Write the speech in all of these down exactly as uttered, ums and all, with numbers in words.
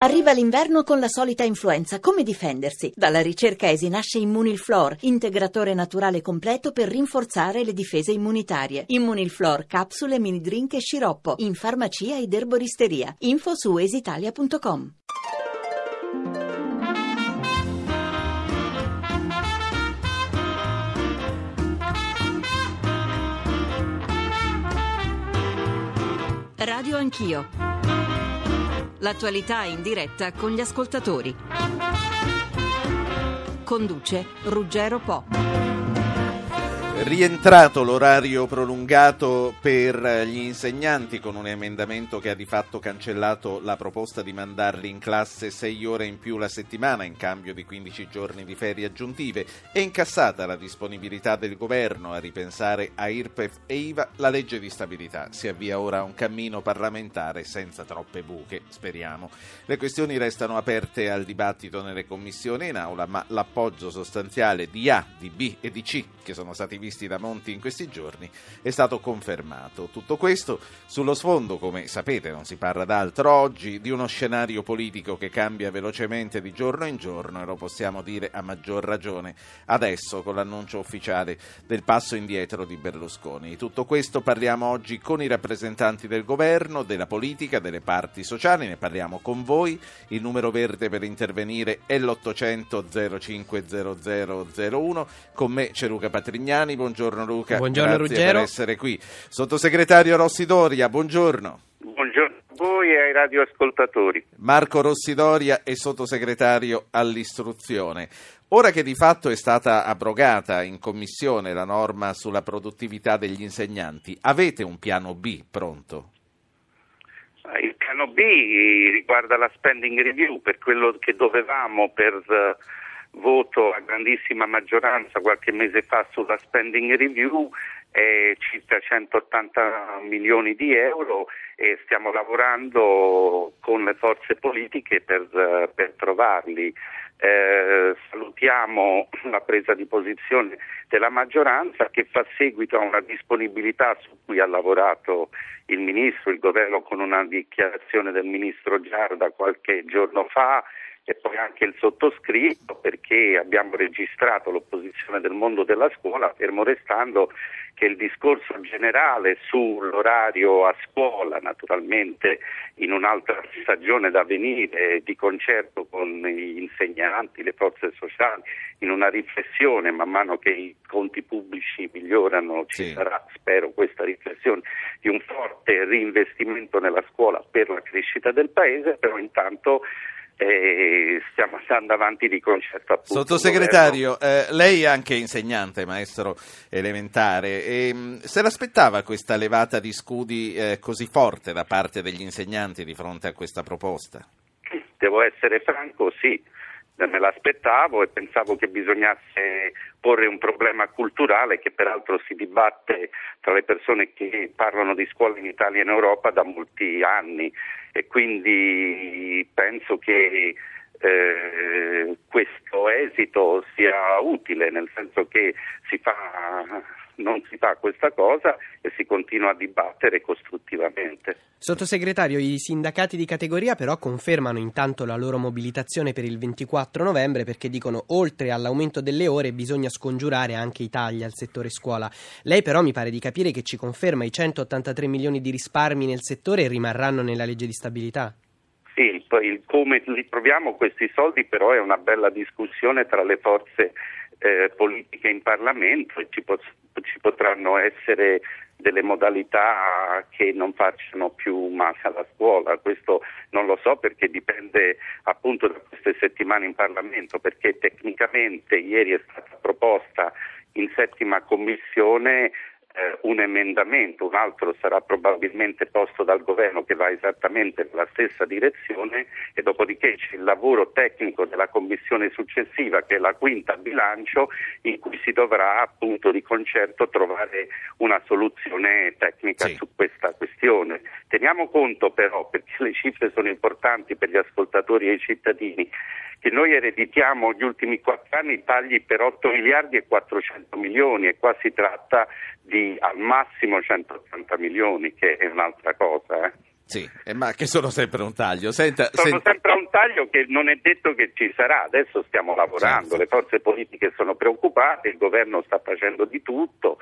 Arriva l'inverno con la solita influenza. Come difendersi? Dalla ricerca ESI nasce Immunilflor, integratore naturale completo per rinforzare le difese immunitarie. Immunilflor, capsule, mini drink e sciroppo. In farmacia ed erboristeria. Info su esitalia punto com. Radio Anch'io. L'attualità in diretta con gli ascoltatori. Conduce Ruggero Po. Rientrato l'orario prolungato per gli insegnanti con un emendamento che ha di fatto cancellato la proposta di mandarli in classe sei ore in più la settimana in cambio di quindici giorni di ferie aggiuntive, e incassata la disponibilità del governo a ripensare a I R P E F e I V A, la legge di stabilità si avvia ora a un cammino parlamentare senza troppe buche, speriamo. Le questioni restano aperte al dibattito nelle commissioni e in aula, ma l'appoggio sostanziale di A, di B e di C, che sono stati visti da Monti in questi giorni, è stato confermato. Tutto questo sullo sfondo, come sapete, non si parla d'altro oggi, di uno scenario politico che cambia velocemente di giorno in giorno, e lo possiamo dire a maggior ragione adesso con l'annuncio ufficiale del passo indietro di Berlusconi. Di tutto questo parliamo oggi con i rappresentanti del governo, della politica, delle parti sociali, ne parliamo con voi. Il numero verde per intervenire è l'ottocento zero cinque zero zero zero uno. Con me c'è Luca Patrignani. Buongiorno Luca, buongiorno, grazie Ruggero. per essere qui. Sottosegretario Rossidoria, buongiorno. Buongiorno a voi e ai radioascoltatori. Marco Rossidoria è sottosegretario all'istruzione. Ora che di fatto è stata abrogata in commissione la norma sulla produttività degli insegnanti, avete un piano B pronto? Il piano B riguarda la spending review, per quello che dovevamo per voto a grandissima maggioranza qualche mese fa sulla spending review, è circa centottanta milioni di euro, e stiamo lavorando con le forze politiche per, per trovarli. Eh, salutiamo la presa di posizione della maggioranza, che fa seguito a una disponibilità su cui ha lavorato il Ministro, il Governo, con una dichiarazione del Ministro Giarda qualche giorno fa, e poi anche il sottoscritto, perché abbiamo registrato l'opposizione del mondo della scuola, fermo restando che il discorso generale sull'orario a scuola, naturalmente in un'altra stagione da venire, di concerto con gli insegnanti, le forze sociali, in una riflessione, man mano che i conti pubblici migliorano, ci sì. sarà, spero, questa riflessione di un forte reinvestimento nella scuola per la crescita del Paese, però intanto Eh, stiamo andando avanti di concerto, appunto. Sottosegretario, eh, lei è anche insegnante, maestro elementare, e, mh, se l'aspettava questa levata di scudi eh, così forte da parte degli insegnanti di fronte a questa proposta? Devo essere franco, sì, me l'aspettavo, e pensavo che bisognasse porre un problema culturale che peraltro si dibatte tra le persone che parlano di scuola in Italia e in Europa da molti anni, e quindi penso che eh, questo esito sia utile, nel senso che si fa, non si fa questa cosa e si continua a dibattere costruttivamente. Sottosegretario, i sindacati di categoria però confermano intanto la loro mobilitazione per il ventiquattro novembre, perché dicono oltre all'aumento delle ore bisogna scongiurare anche i tagli al settore scuola. Lei però mi pare di capire che ci conferma i centottantatré milioni di risparmi nel settore rimarranno nella legge di stabilità. Sì, poi il come li troviamo questi soldi però è una bella discussione tra le forze eh, politiche in Parlamento, e ci, pot- ci potranno essere delle modalità che non facciano più male alla scuola. Questo non lo so, perché dipende appunto da queste settimane in Parlamento, perché tecnicamente ieri è stata proposta in settima commissione eh, un emendamento, un altro sarà probabilmente posto dal governo che va esattamente nella stessa direzione, e dopodiché c'è il lavoro tecnico della commissione successiva, che è la quinta bilancio, in cui si dovrà appunto di concerto trovare una soluzione tecnica sì. su questa questione. Teniamo conto però, perché le cifre sono importanti per gli ascoltatori e i cittadini, che noi ereditiamo gli ultimi quattro anni tagli per otto miliardi e quattrocento milioni, e qua si tratta di al massimo centottanta milioni, che è un'altra cosa. Eh. Sì, eh, ma che sono sempre un taglio. Senta, sono sen- sempre un taglio che non è detto che ci sarà. Adesso stiamo lavorando, certo. Le forze politiche sono preoccupate, il governo sta facendo di tutto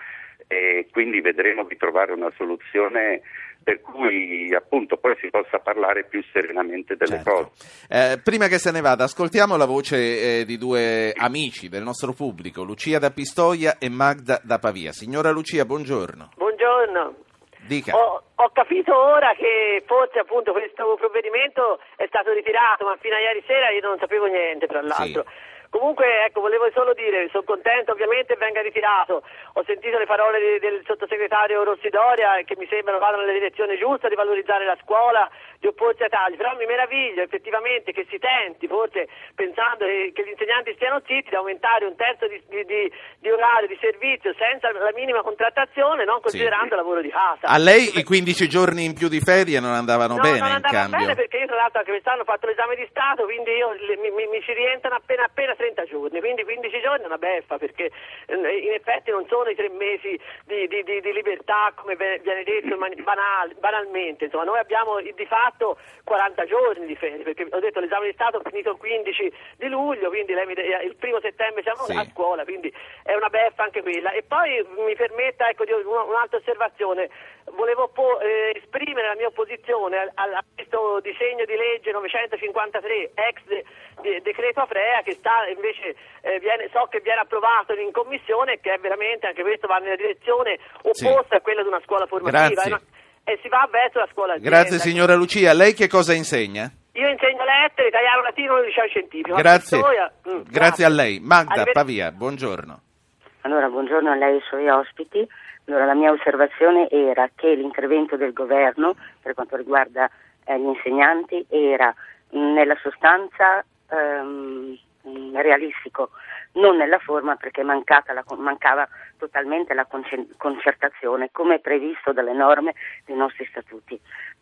e quindi vedremo di trovare una soluzione per cui appunto poi si possa parlare più serenamente delle certo. cose. Eh, prima che se ne vada, ascoltiamo la voce eh, di due amici del nostro pubblico, Lucia da Pistoia e Magda da Pavia. Signora Lucia, buongiorno. Buongiorno. Dica. Ho, ho capito ora che forse appunto questo provvedimento è stato ritirato, ma fino a ieri sera io non sapevo niente, tra l'altro. Sì. Comunque, ecco, volevo solo dire, sono contento ovviamente venga ritirato. Ho sentito le parole di, del sottosegretario Rossi Doria che mi sembrano vadano nella direzione giusta di valorizzare la scuola, di opporsi ai tagli, però mi meraviglio effettivamente che si tenti, forse pensando che, che gli insegnanti stiano zitti, di aumentare un terzo di, di, di, di orario, di servizio senza la minima contrattazione, non considerando sì. il lavoro di casa. A lei i quindici giorni in più di ferie non andavano no, bene non in andava cambio? bene perché io tra l'altro anche quest'anno ho fatto l'esame di Stato, quindi io, mi, mi, mi ci rientrano appena appena trenta giorni, quindi quindici giorni è una beffa perché in effetti non sono i tre mesi di, di, di, di libertà come viene detto banal, banalmente, insomma noi abbiamo di fatto quaranta giorni di ferie perché ho detto l'esame di Stato è finito il quindici di luglio, quindi lei mi, il primo settembre siamo sì. a scuola, quindi è una beffa anche quella. E poi mi permetta ecco, di un'altra osservazione, volevo po- eh, esprimere la mia opposizione a, a questo disegno di legge novecentocinquantatré ex de, de, decreto Afrea che sta invece eh, viene, so che viene approvato in commissione e che è veramente anche questo va nella direzione opposta sì. a quella di una scuola formativa. Grazie. E si va verso la scuola azienda. Grazie signora Lucia, lei che cosa insegna? Io insegno lettere, italiano latino e liceo scientifico. Grazie, mm, grazie, grazie a lei. Magda Arrived- Pavia, buongiorno. Allora, buongiorno a lei e ai suoi ospiti. Allora, la mia osservazione era che l'intervento del governo per quanto riguarda eh, gli insegnanti era mh, nella sostanza ehm, mh, realistico, non nella forma perché mancata la, mancava totalmente la concertazione come previsto dalle norme dei nostri statuti.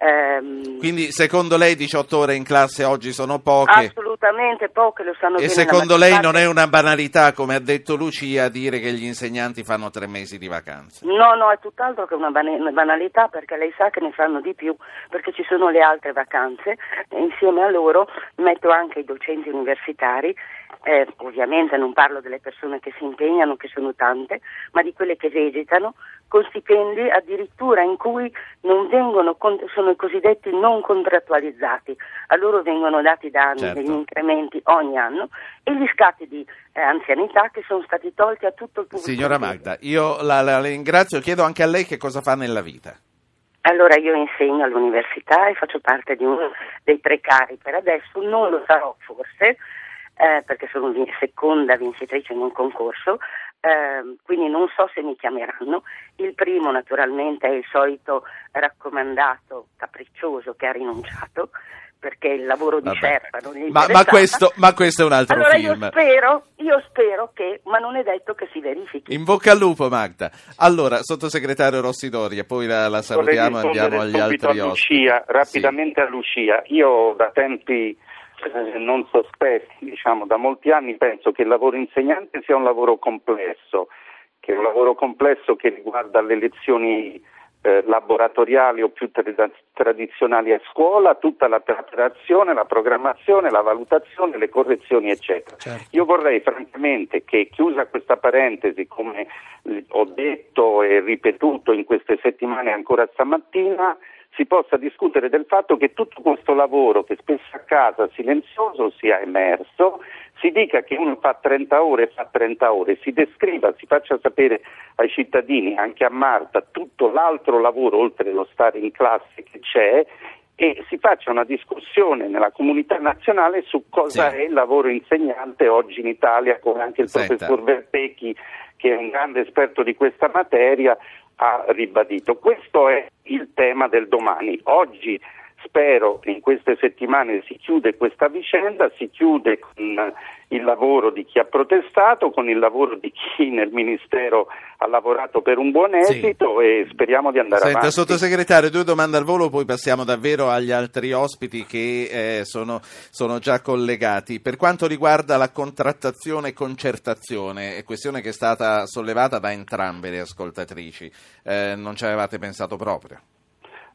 Ehm, Quindi secondo lei diciotto ore in classe oggi sono poche? Assolutamente poche, lo sanno e bene. E secondo lei parte... non è una banalità, come ha detto Lucia, dire che gli insegnanti fanno tre mesi di vacanze? No, no, è tutt'altro che una banalità perché lei sa che ne fanno di più perché ci sono le altre vacanze e insieme a loro metto anche i docenti universitari. Eh, ovviamente non parlo delle persone che si impegnano, che sono tante, ma di quelle che vegetano, con stipendi addirittura in cui non vengono, sono i cosiddetti non contrattualizzati, a loro vengono dati da anni certo. degli incrementi ogni anno e gli scatti di eh, anzianità che sono stati tolti a tutto il pubblico. Signora Magda, io la, la ringrazio, chiedo anche a lei che cosa fa nella vita. Allora io insegno all'università e faccio parte di uno dei precari per adesso, non lo sarò forse, Eh, perché sono vin- seconda vincitrice in un concorso, eh, quindi non so se mi chiameranno. Il primo naturalmente è il solito raccomandato capriccioso che ha rinunciato perché il lavoro di Vabbè. Sherpa non gli ma, interessava. ma, questo, ma questo è un altro allora film. Io spero, io spero che, ma non è detto che si verifichi. In bocca al lupo Magda. Allora, sottosegretario Rossi Doria, poi la, la salutiamo e andiamo agli altri a ospiti. Lucia, rapidamente sì. a Lucia, io da tempi Eh, non sospetti, diciamo, da molti anni penso che il lavoro insegnante sia un lavoro complesso, che è un lavoro complesso che riguarda le lezioni eh, laboratoriali o più tra- tradizionali a scuola, tutta la preparazione, la programmazione, la valutazione, le correzioni, eccetera. Certo. Io vorrei francamente che, chiusa questa parentesi, come ho detto e ripetuto in queste settimane ancora stamattina, si possa discutere del fatto che tutto questo lavoro che spesso a casa silenzioso sia emerso, si dica che uno fa trenta ore, fa trenta ore, si descriva, si faccia sapere ai cittadini, anche a Marta, tutto l'altro lavoro oltre lo stare in classe che c'è e si faccia una discussione nella comunità nazionale su cosa sì. è il lavoro insegnante oggi in Italia, come anche il Senta. professor Verpecchi, che è un grande esperto di questa materia, ha ribadito. Questo è il tema del domani. Oggi spero che in queste settimane si chiude questa vicenda, si chiude con il lavoro di chi ha protestato, con il lavoro di chi nel Ministero ha lavorato per un buon esito sì. e speriamo di andare Senta, avanti. Sottosegretario, due domande al volo, poi passiamo davvero agli altri ospiti che eh, sono, sono già collegati. Per quanto riguarda la contrattazione e concertazione, è questione che è stata sollevata da entrambe le ascoltatrici, eh, non ci avevate pensato proprio?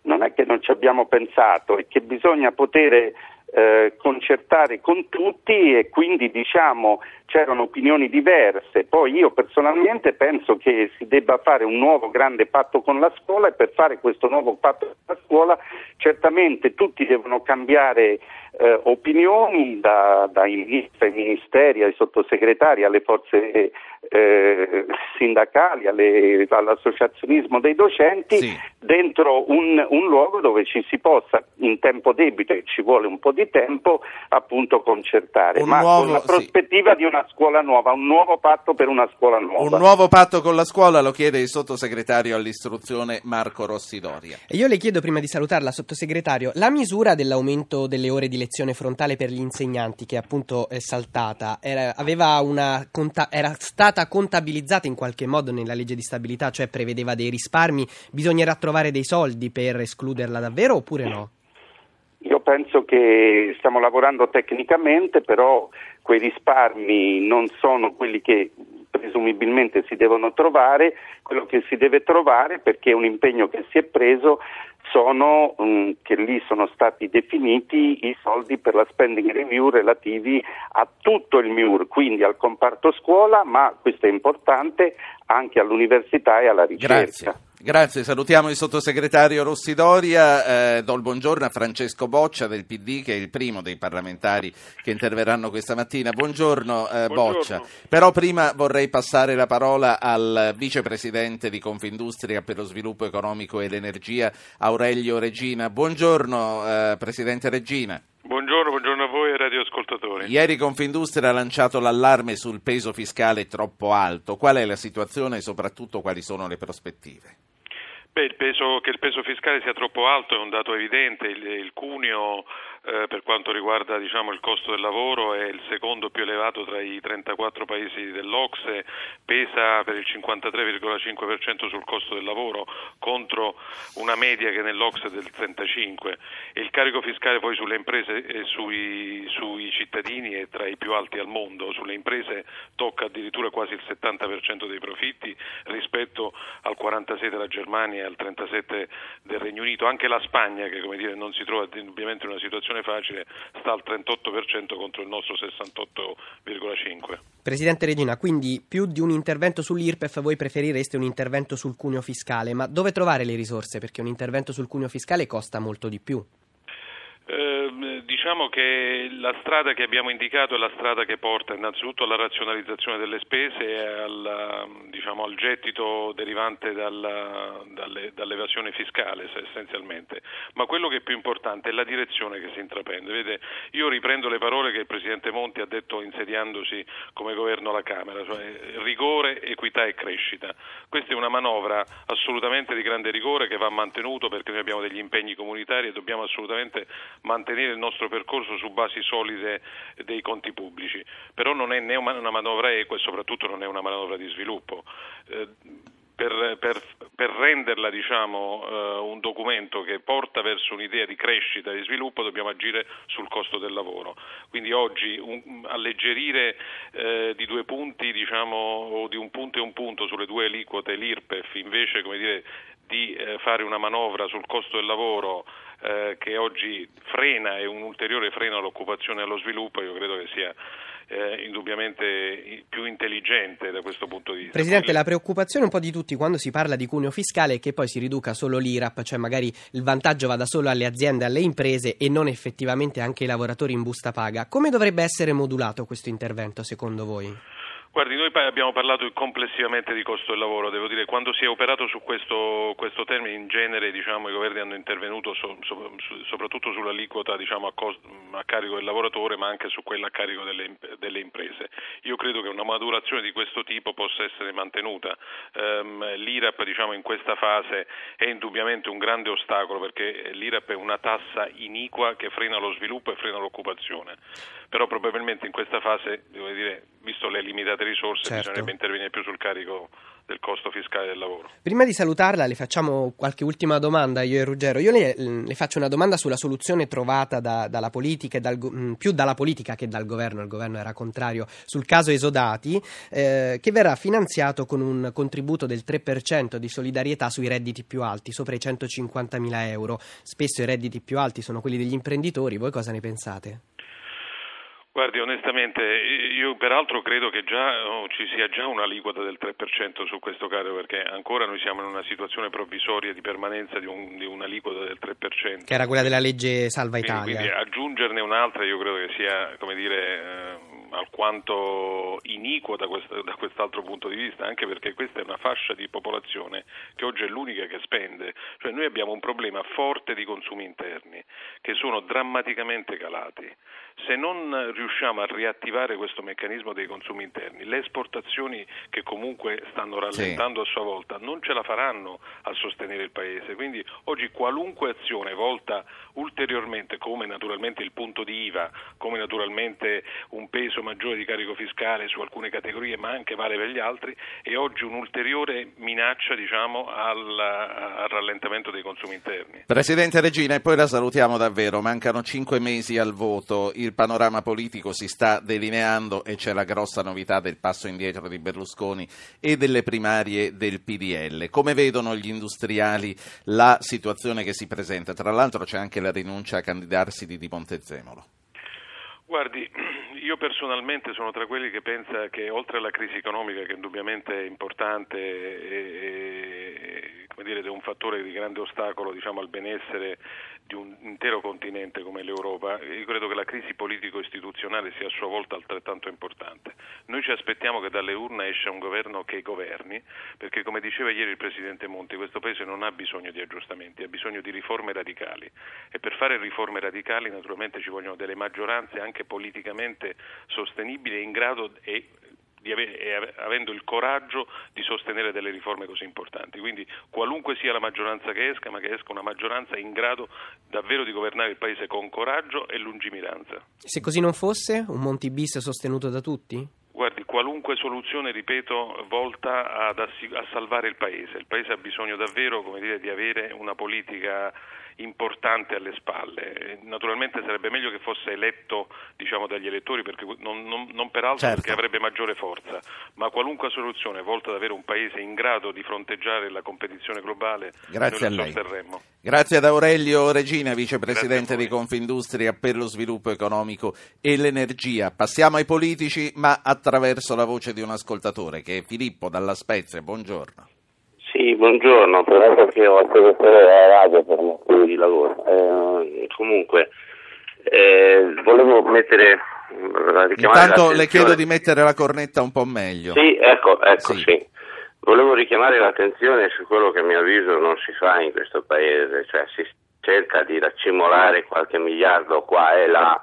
non è che non ci abbiamo pensato, è che bisogna poter eh, concertare con tutti e quindi diciamo c'erano opinioni diverse. Poi io personalmente penso che si debba fare un nuovo grande patto con la scuola, e per fare questo nuovo patto con la scuola certamente tutti devono cambiare eh, opinioni, da, dai ministri ai ministeri, ai sottosegretari, alle forze eh, sindacali, alle, all'associazionismo dei docenti, sì, dentro un, un luogo dove ci si possa in tempo debito, e ci vuole un po' di tempo, appunto concertare, un ma nuovo, con la prospettiva sì. di una scuola nuova, un nuovo patto per una scuola nuova. Un nuovo patto con la scuola lo chiede il sottosegretario all'istruzione Marco Rossidoria. E io le chiedo, prima di salutarla, sottosegretario, la misura dell'aumento delle ore di lezione frontale per gli insegnanti, che appunto è saltata, era, aveva una conta, era stata contabilizzata in qualche modo nella legge di stabilità, cioè prevedeva dei risparmi, bisognerà trovare dei soldi per escluderla davvero oppure no? Io penso che stiamo lavorando tecnicamente, però quei risparmi non sono quelli che presumibilmente si devono trovare. Quello che si deve trovare, perché è un impegno che si è preso, sono mh, che lì sono stati definiti i soldi per la spending review relativi a tutto il M I U R, quindi al comparto scuola, ma questo è importante anche all'università e alla ricerca. Grazie. Grazie, salutiamo il sottosegretario Rossidoria, eh, do il buongiorno a Francesco Boccia del P D, che è il primo dei parlamentari che interverranno questa mattina. Buongiorno, eh, buongiorno. Boccia. Però prima vorrei passare la parola al vicepresidente di Confindustria per lo sviluppo economico ed energia, Aurelio Regina. Buongiorno, eh, presidente Regina. Buongiorno, buongiorno a voi e radioascoltatori. Ieri Confindustria ha lanciato l'allarme sul peso fiscale troppo alto. Qual è la situazione e soprattutto quali sono le prospettive? Beh, il peso, che il peso fiscale sia troppo alto è un dato evidente. Il, il cuneo eh, per quanto riguarda diciamo, il costo del lavoro è il secondo più elevato tra i trentaquattro paesi dell'Ocse, pesa per il cinquantatré virgola cinque per cento sul costo del lavoro contro una media che nell'Ocse è del trentacinque per cento, e il carico fiscale poi sulle imprese e sui, sui cittadini è tra i più alti al mondo. Sulle imprese tocca addirittura quasi il settanta per cento dei profitti rispetto al quarantasei per cento della Germania e al trentasette per cento del Regno Unito. Anche la Spagna, che come dire non si trova ovviamente in una situazione facile, sta al trentotto per cento contro il nostro sessantotto virgola cinque per cento. Presidente Regina, quindi più di un intervento sull'I R P E F voi preferireste un intervento sul cuneo fiscale, ma dove trovare le risorse? Perché un intervento sul cuneo fiscale costa molto di più. Eh, diciamo che la strada che abbiamo indicato è la strada che porta innanzitutto alla razionalizzazione delle spese e al, diciamo, al gettito derivante dalla, dalle, dall'evasione fiscale essenzialmente, ma quello che è più importante è la direzione che si intraprende. Vede, io riprendo le parole che il Presidente Monti ha detto insediandosi come governo alla Camera, cioè rigore, equità e crescita. Questa è una manovra assolutamente di grande rigore che va mantenuto, perché noi abbiamo degli impegni comunitari e dobbiamo assolutamente mantenere il nostro percorso su basi solide dei conti pubblici, però non è né una manovra equa e soprattutto non è una manovra di sviluppo. Eh, per, per, per renderla diciamo eh, un documento che porta verso un'idea di crescita e di sviluppo dobbiamo agire sul costo del lavoro. Quindi oggi un, alleggerire eh, di due punti diciamo o di un punto e un punto sulle due aliquote l'I R P E F invece come dire di eh, fare una manovra sul costo del lavoro eh, che oggi frena e un ulteriore freno all'occupazione e allo sviluppo, io credo che sia eh, indubbiamente più intelligente da questo punto di vista. Presidente, la preoccupazione un po' di tutti quando si parla di cuneo fiscale è che poi si riduca solo l'I R A P, cioè magari il vantaggio vada solo alle aziende, alle imprese e non effettivamente anche ai lavoratori in busta paga. Come dovrebbe essere modulato questo intervento secondo voi? Guardi, noi abbiamo parlato complessivamente di costo del lavoro, devo dire, quando si è operato su questo, questo termine in genere diciamo, i governi hanno intervenuto so, so, soprattutto sull'aliquota diciamo, a, cost, a carico del lavoratore ma anche su quella a carico delle, delle imprese. Io credo che una modulazione di questo tipo possa essere mantenuta. Um, L'I R A P diciamo, in questa fase è indubbiamente un grande ostacolo perché l'I R A P è una tassa iniqua che frena lo sviluppo e frena l'occupazione, però probabilmente in questa fase devo dire visto le limitate risorse, certo, bisognerebbe intervenire più sul carico del costo fiscale del lavoro. Prima di salutarla le facciamo qualche ultima domanda io e Ruggero. Io le, le faccio una domanda sulla soluzione trovata da, dalla politica e dal, più dalla politica che dal governo, il governo era contrario, sul caso esodati, eh, che verrà finanziato con un contributo del tre per cento di solidarietà sui redditi più alti, sopra i centocinquantamila euro. Spesso i redditi più alti sono quelli degli imprenditori, voi cosa ne pensate? Guardi, onestamente, io peraltro credo che già oh, ci sia già un'aliquota del tre per cento su questo carico, perché ancora noi siamo in una situazione provvisoria di permanenza di, un, di un'aliquota del tre per cento. Che era quella della legge Salva Italia. Quindi, quindi aggiungerne un'altra io credo che sia, come dire, eh, alquanto iniquo da, questo, da quest'altro punto di vista, anche perché questa è una fascia di popolazione che oggi è l'unica che spende. Cioè noi abbiamo un problema forte di consumi interni che sono drammaticamente calati. Se non riusciamo a riattivare questo meccanismo dei consumi interni, le esportazioni che comunque stanno rallentando sì. a sua volta non ce la faranno a sostenere il Paese. Quindi oggi qualunque azione volta ulteriormente, come naturalmente il punto di I V A, come naturalmente un peso maggiore di carico fiscale su alcune categorie, ma anche vale per gli altri, è oggi un'ulteriore minaccia, diciamo, al, al rallentamento dei consumi interni. Presidente Regina, e poi la salutiamo davvero, mancano cinque mesi al voto, il panorama politico si sta delineando e c'è la grossa novità del passo indietro di Berlusconi e delle primarie del P D L. Come vedono gli industriali la situazione che si presenta? Tra l'altro c'è anche la rinuncia a candidarsi di Di Montezemolo. Guardi, io personalmente sono tra quelli che pensa che oltre alla crisi economica, che indubbiamente è importante e, e come dire, è un fattore di grande ostacolo, diciamo, al benessere di un intero continente come l'Europa, io credo che la crisi politico-istituzionale sia a sua volta altrettanto importante. Noi ci aspettiamo che dalle urne esca un governo che governi, perché come diceva ieri il Presidente Monti, questo Paese non ha bisogno di aggiustamenti, ha bisogno di riforme radicali, e per fare riforme radicali naturalmente ci vogliono delle maggioranze anche politicamente sostenibili e in grado e di ave- e avendo il coraggio di sostenere delle riforme così importanti. Quindi qualunque sia la maggioranza che esca, ma che esca una maggioranza in grado davvero di governare il Paese con coraggio e lungimiranza. Se così non fosse, un Monti bis sostenuto da tutti? Guardi, qualunque soluzione, ripeto, volta ad assi- a salvare il Paese. Il Paese ha bisogno davvero, come dire, di avere una politica importante alle spalle. Naturalmente sarebbe meglio che fosse eletto, diciamo, dagli elettori, perché non, non, non peraltro certo. perché avrebbe maggiore forza, ma qualunque soluzione volta ad avere un Paese in grado di fronteggiare la competizione globale, grazie noi a lei. sosterremmo. Grazie ad Aurelio Regina, vicepresidente di Confindustria per lo sviluppo economico e l'energia. Passiamo ai politici, ma attraverso la voce di un ascoltatore, che è Filippo dalla Spezia. Buongiorno. Sì, buongiorno, però che ho ascoltato la radio per motivi di lavoro. Eh, comunque, eh, volevo mettere... Intanto le chiedo di mettere la cornetta un po' meglio. Sì, ecco, ecco, sì. sì. Volevo richiamare l'attenzione su quello che a mio avviso non si fa in questo Paese, cioè si cerca di raccimolare qualche miliardo qua e là,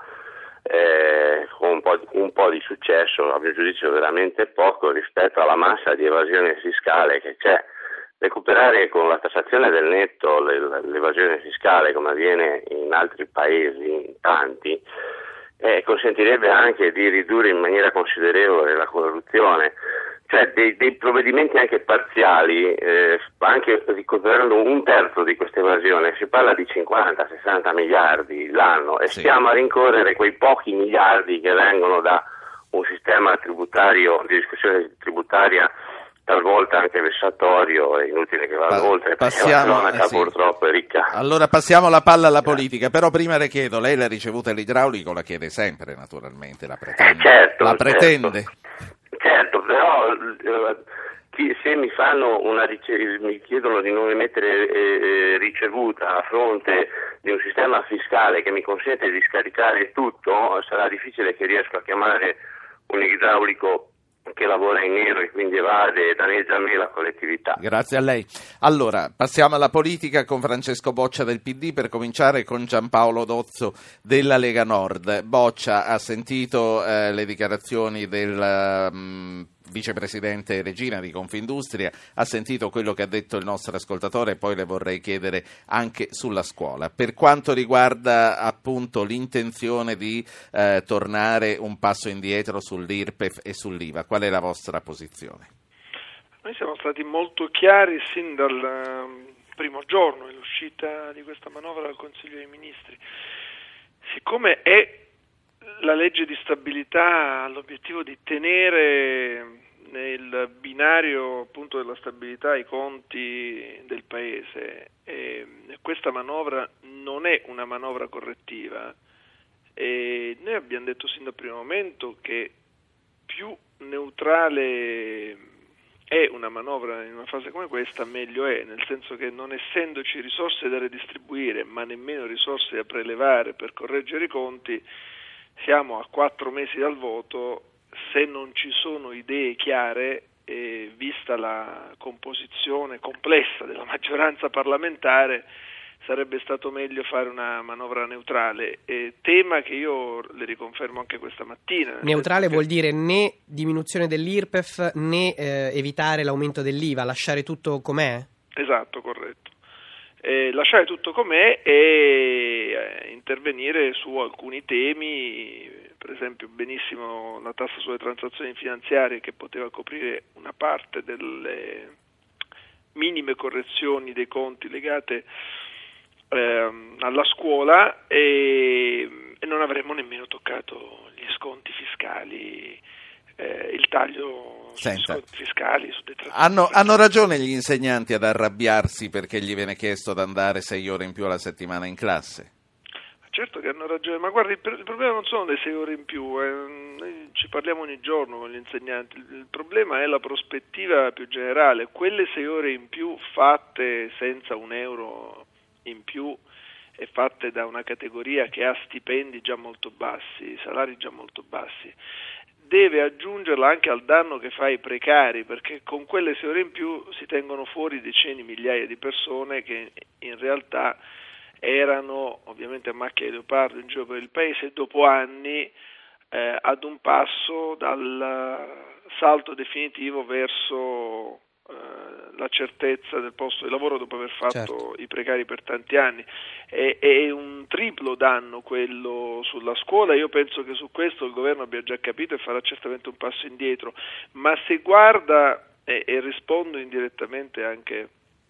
eh, con un po', di, un po' di successo, a mio giudizio veramente poco rispetto alla massa di evasione fiscale che c'è. Recuperare con la tassazione del netto l'evasione fiscale, come avviene in altri paesi, in tanti, eh, consentirebbe anche di ridurre in maniera considerevole la corruzione. Cioè dei, dei provvedimenti anche parziali, eh, anche recuperando un terzo di questa evasione, si parla di cinquanta sessanta miliardi l'anno e sì. stiamo a rincorrere quei pochi miliardi che vengono da un sistema tributario, di discussione tributaria talvolta anche vessatorio, è inutile che vada pa- oltre, passiamo, perché la cronaca eh sì. purtroppo è ricca. Allora passiamo la palla alla politica, però prima le chiedo, lei la ricevuta dell'idraulico la chiede sempre naturalmente, la pretende? Eh, certo, la pretende? Certo, certo però eh, chi, se mi fanno una rice- mi chiedono di non emettere eh, ricevuta a fronte di un sistema fiscale che mi consente di scaricare tutto, sarà difficile che riesca a chiamare un idraulico che lavora in nero e quindi evade e danneggia a me la collettività. Grazie a lei. Allora, passiamo alla politica con Francesco Boccia del P D, per cominciare con Giampaolo Dozzo della Lega Nord. Boccia ha sentito eh, le dichiarazioni del um, vicepresidente Regina di Confindustria, ha sentito quello che ha detto il nostro ascoltatore e poi le vorrei chiedere anche sulla scuola. Per quanto riguarda appunto l'intenzione di eh, tornare un passo indietro sull'I R P E F e sull'I V A, qual è la vostra posizione? Noi siamo stati molto chiari sin dal primo giorno dell'uscita di questa manovra dal Consiglio dei Ministri. Siccome è la legge di stabilità ha l'obiettivo di tenere nel binario appunto della stabilità i conti del Paese, e questa manovra non è una manovra correttiva, e noi abbiamo detto sin dal primo momento che più neutrale è una manovra in una fase come questa, meglio è, nel senso che non essendoci risorse da redistribuire ma nemmeno risorse da prelevare per correggere i conti, siamo a quattro mesi dal voto. Se non ci sono idee chiare, e vista la composizione complessa della maggioranza parlamentare, sarebbe stato meglio fare una manovra neutrale, e tema che io le riconfermo anche questa mattina. Neutrale vuol dire né diminuzione dell'I R P E F né eh, evitare l'aumento dell'I V A, lasciare tutto com'è? Esatto, corretto. Eh, lasciare tutto com'è e eh, intervenire su alcuni temi, per esempio benissimo la tassa sulle transazioni finanziarie, che poteva coprire una parte delle minime correzioni dei conti legate eh, alla scuola, e, e non avremmo nemmeno toccato gli sconti fiscali, eh, il taglio sugli sconti fiscali su hanno, hanno ragione gli insegnanti ad arrabbiarsi perché gli viene chiesto di andare sei ore in più alla settimana in classe? Certo che hanno ragione, ma guardi, il problema non sono le sei ore in più, eh. Noi ci parliamo ogni giorno con gli insegnanti, il problema è la prospettiva più generale. Quelle sei ore in più fatte senza un euro in più e fatte da una categoria che ha stipendi già molto bassi, salari già molto bassi, deve aggiungerla anche al danno che fa ai precari, perché con quelle sei ore in più si tengono fuori decine di migliaia di persone che in realtà erano ovviamente a macchia di leopardo in giro per il paese, dopo anni eh, ad un passo dal salto definitivo verso eh, la certezza del posto di lavoro dopo aver fatto certo. i precari per tanti anni. È, è un triplo danno quello sulla scuola. Io penso che su questo il governo abbia già capito e farà certamente un passo indietro, ma se guarda, e, e rispondo indirettamente anche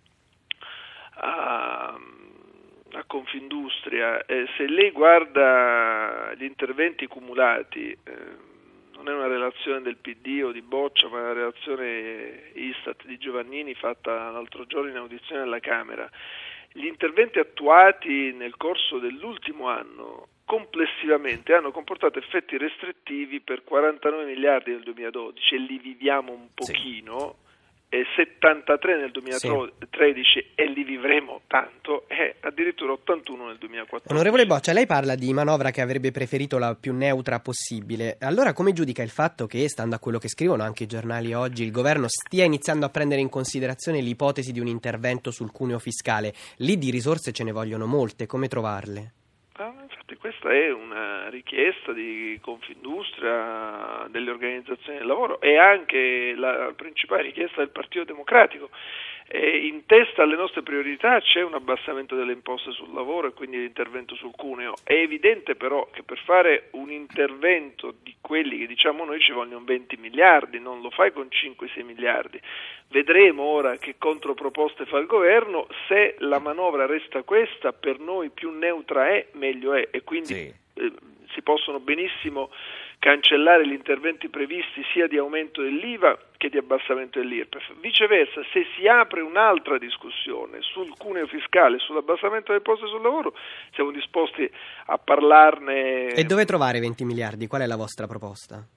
a a Confindustria, eh, se lei guarda gli interventi cumulati, eh, non è una relazione del P D o di Boccia, ma una relazione Istat di Giovannini fatta l'altro giorno in audizione alla Camera, gli interventi attuati nel corso dell'ultimo anno complessivamente hanno comportato effetti restrittivi per quarantanove miliardi nel duemiladodici, e li viviamo un pochino, sì. E settantatré nel duemilatredici sì. E li vivremo tanto, e addirittura ottantuno nel duemilaquattordici. Onorevole Boccia, lei parla di manovra che avrebbe preferito la più neutra possibile. Allora come giudica il fatto che, stando a quello che scrivono anche i giornali oggi, il governo stia iniziando a prendere in considerazione l'ipotesi di un intervento sul cuneo fiscale? Lì di risorse ce ne vogliono molte, come trovarle? Ah, infatti questa è una richiesta di Confindustria, delle organizzazioni del lavoro, e anche la principale richiesta del Partito Democratico. E in testa alle nostre priorità c'è un abbassamento delle imposte sul lavoro e quindi l'intervento sul cuneo. È evidente però che per fare un intervento di quelli che diciamo noi ci vogliono venti miliardi, non lo fai con cinque sei miliardi. Vedremo ora che controproposte fa il governo. Se la manovra resta questa, per noi più neutra è, meglio è, e quindi sì. eh, si possono benissimo cancellare gli interventi previsti sia di aumento dell'I V A che di abbassamento dell'I R P E F. Viceversa, se si apre un'altra discussione sul cuneo fiscale, sull'abbassamento delle imposte sul lavoro, siamo disposti a parlarne. E dove trovare venti miliardi? Qual è la vostra proposta?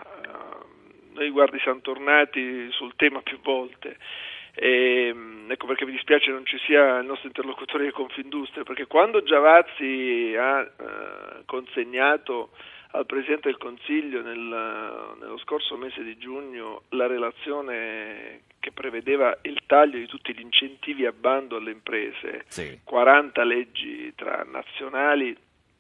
Uh, noi guardi siamo tornati sul tema più volte. E, ecco perché mi dispiace non ci sia il nostro interlocutore di Confindustria, perché quando Giavazzi ha uh, consegnato al Presidente del Consiglio nel, nello scorso mese di giugno la relazione che prevedeva il taglio di tutti gli incentivi a bando alle imprese, sì. quaranta leggi tra nazionali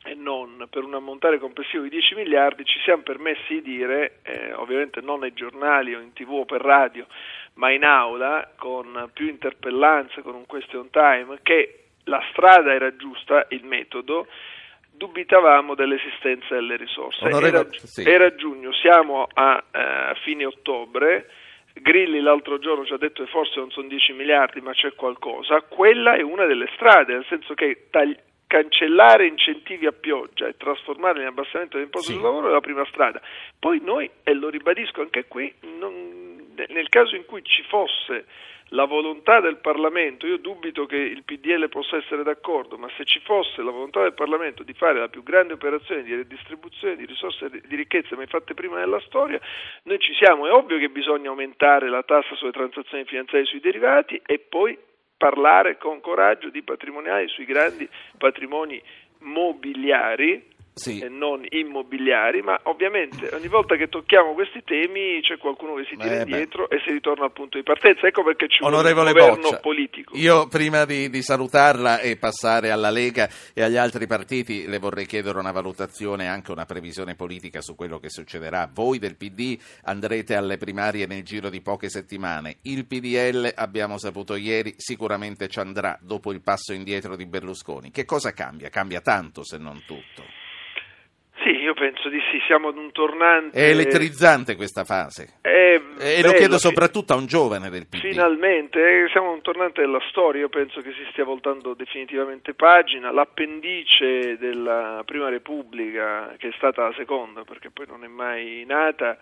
e non per un ammontare complessivo di dieci miliardi, ci siamo permessi di dire, eh, ovviamente non ai giornali o in tv o per radio, ma in aula, con più interpellanze, con un question time, che la strada era giusta, il metodo, dubitavamo dell'esistenza delle risorse. Era, sì. era giugno, siamo a eh, fine ottobre, Grilli l'altro giorno ci ha detto che forse non sono dieci miliardi ma c'è qualcosa, quella è una delle strade, nel senso che tagli- cancellare incentivi a pioggia e trasformarli in abbassamento dell'imposta sì. sul lavoro è la prima strada. Poi noi, e lo ribadisco anche qui, non, nel caso in cui ci fosse la volontà del Parlamento, io dubito che il P D L possa essere d'accordo, ma se ci fosse la volontà del Parlamento di fare la più grande operazione di redistribuzione di risorse di ricchezza mai fatte prima nella storia, noi ci siamo. È ovvio che bisogna aumentare la tassa sulle transazioni finanziarie e sui derivati e poi parlare con coraggio di patrimoniali sui grandi patrimoni mobiliari sì. e non immobiliari, ma ovviamente ogni volta che tocchiamo questi temi c'è qualcuno che si tira eh indietro beh. e si ritorna al punto di partenza. Ecco perché ci vuole un governo Boccia, politico. Io prima di, di salutarla e passare alla Lega e agli altri partiti le vorrei chiedere una valutazione, anche una previsione politica su quello che succederà. Voi del P D andrete alle primarie nel giro di poche settimane, il P D L, abbiamo saputo ieri, sicuramente ci andrà dopo il passo indietro di Berlusconi. Che cosa cambia? Cambia tanto, se non tutto. Sì, io penso di sì, siamo ad un tornante... È elettrizzante questa fase, è e bello, lo chiedo soprattutto a un giovane del P D. Finalmente, siamo ad un tornante della storia, io penso che si stia voltando definitivamente pagina, l'appendice della Prima Repubblica, che è stata la seconda, perché poi non è mai nata,